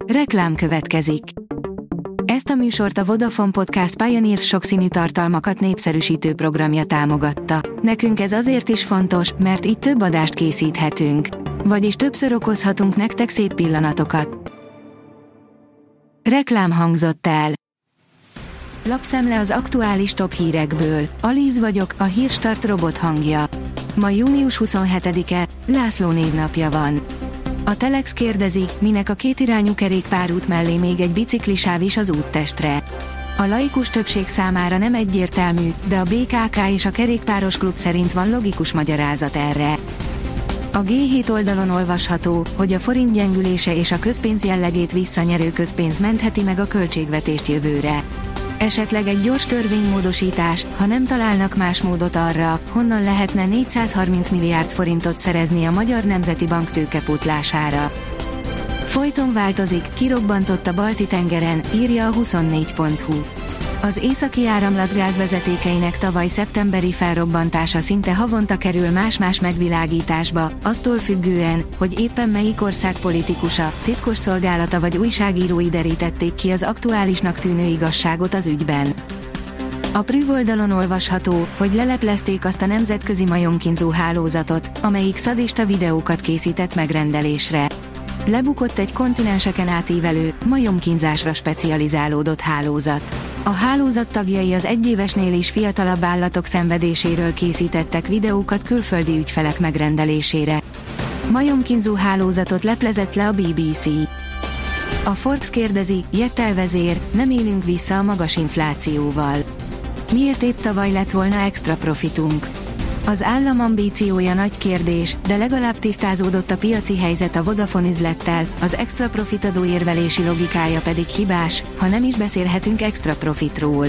Reklám következik. Ezt a műsort a Vodafone Podcast Pioneer sokszínű tartalmakat népszerűsítő programja támogatta. Nekünk ez azért is fontos, mert így több adást készíthetünk. Vagyis többször okozhatunk nektek szép pillanatokat. Reklám hangzott el. Lapszemle az aktuális top hírekből. Alíz vagyok, a Hírstart robot hangja. Ma június 27-e, László névnapja van. A Telex kérdezi, minek a kétirányú kerékpárút mellé még egy biciklisáv is az úttestre. A laikus többség számára nem egyértelmű, de a BKK és a Kerékpáros Klub szerint van logikus magyarázat erre. A G7 oldalon olvasható, hogy a forint gyengülése és a közpénz jellegét visszanyerő közpénz mentheti meg a költségvetést jövőre. Esetleg egy gyors törvénymódosítás, ha nem találnak más módot arra, honnan lehetne 430 milliárd forintot szerezni a Magyar Nemzeti Bank tőkepótlására. Folyton változik, kirobbantott a Balti-tengeren, írja a 24.hu. Az északi áramlat gázvezetékeinek tavaly szeptemberi felrobbantása szinte havonta kerül más-más megvilágításba, attól függően, hogy éppen melyik ország politikusa, titkosszolgálata vagy újságírói derítették ki az aktuálisnak tűnő igazságot az ügyben. A Prüv oldalon olvasható, hogy leleplezték azt a nemzetközi majomkínzó hálózatot, amelyik szadista videókat készített megrendelésre. Lebukott egy kontinenseken átívelő, majomkínzásra specializálódott hálózat. A hálózat tagjai az egyévesnél is fiatalabb állatok szenvedéséről készítettek videókat külföldi ügyfelek megrendelésére. Majomkínzó hálózatot leplezett le a BBC. A Forbes kérdezi, Jettel vezér, nem élünk vissza a magas inflációval. Miért épp tavaly lett volna extra profitunk? Az állam ambíciója nagy kérdés, de legalább tisztázódott a piaci helyzet a Vodafone üzlettel, az extra profit adó érvelési logikája pedig hibás, ha nem is beszélhetünk extra profitról.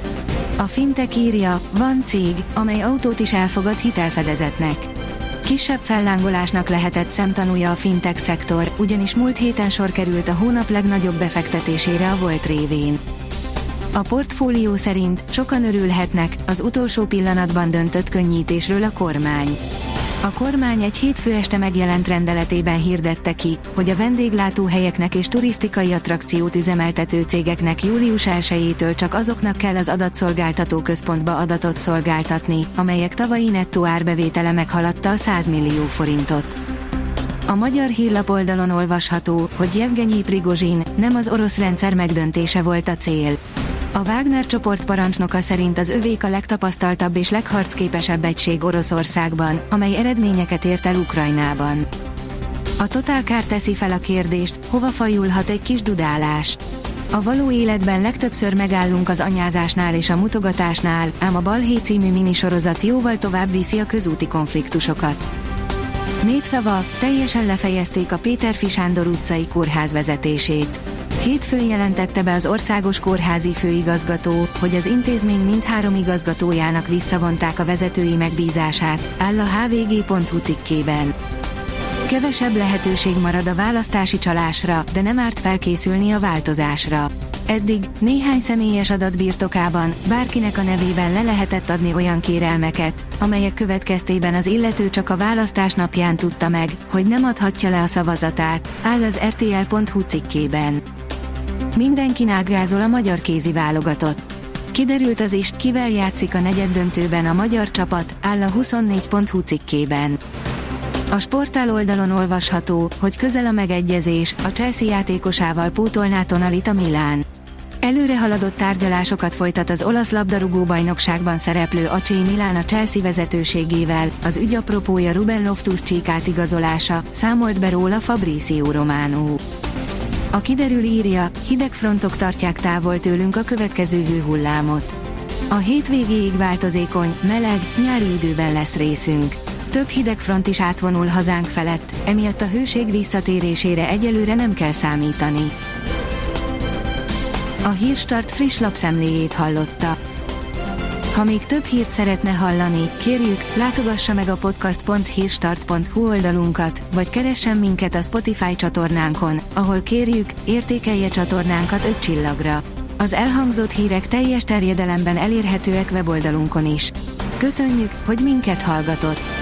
A Fintech írja, van cég, amely autót is elfogad hitelfedezetnek. Kisebb fellángolásnak lehetett szemtanúja a fintech szektor, ugyanis múlt héten sor került a hónap legnagyobb befektetésére a Volt révén. A portfólió szerint sokan örülhetnek, az utolsó pillanatban döntött könnyítésről a kormány. A kormány egy hétfő este megjelent rendeletében hirdette ki, hogy a vendéglátóhelyeknek és turisztikai attrakciót üzemeltető cégeknek július 1-től csak azoknak kell az adatszolgáltató központba adatot szolgáltatni, amelyek tavalyi nettó árbevétele meghaladta a 100 millió forintot. A Magyar Hírlap oldalon olvasható, hogy Jevgenyi Prigozsin, nem az orosz rendszer megdöntése volt a cél. A Wagner csoport parancsnoka szerint az övék a legtapasztaltabb és legharcképesebb egység Oroszországban, amely eredményeket ért el Ukrajnában. A Total Car teszi fel a kérdést, hova fajulhat egy kis dudálás. A való életben legtöbbször megállunk az anyázásnál és a mutogatásnál, ám a Balhé című minisorozat jóval tovább viszi a közúti konfliktusokat. Népszava, teljesen lefejezték a Péterfi Sándor utcai kórház vezetését. Hétfőn jelentette be az országos kórházi főigazgató, hogy az intézmény mindhárom igazgatójának visszavonták a vezetői megbízását, áll a hvg.hu cikkében. Kevesebb lehetőség marad a választási csalásra, de nem árt felkészülni a változásra. Eddig, néhány személyes adat birtokában, bárkinek a nevében le lehetett adni olyan kérelmeket, amelyek következtében az illető csak a választás napján tudta meg, hogy nem adhatja le a szavazatát, áll az rtl.hu cikkében. Mindenkin átgázol a magyar kézi válogatott. Kiderült az is, kivel játszik a negyeddöntőben a magyar csapat, áll a 24.hu cikkében. A sportál oldalon olvasható, hogy közel a megegyezés, a Chelsea játékosával pótolná Tonalit a Milán. Előre haladott tárgyalásokat folytat az olasz labdarúgó-bajnokságban szereplő AC Milán a Chelsea vezetőségével, az ügy apropója Ruben Loftus-Cheek átigazolása, számolt be róla Fabrizio Romano. A Kiderül írja, hideg frontok tartják távol tőlünk a következő hőhullámot. A hétvégéig változékony, meleg, nyári időben lesz részünk. Több hideg front is átvonul hazánk felett, emiatt a hőség visszatérésére egyelőre nem kell számítani. A Hírstart friss lapszemléjét hallotta. Ha még több hírt szeretne hallani, kérjük, látogassa meg a podcast.hírstart.hu oldalunkat, vagy keressen minket a Spotify csatornánkon, ahol kérjük, értékelje csatornánkat 5 csillagra. Az elhangzott hírek teljes terjedelemben elérhetőek weboldalunkon is. Köszönjük, hogy minket hallgatott!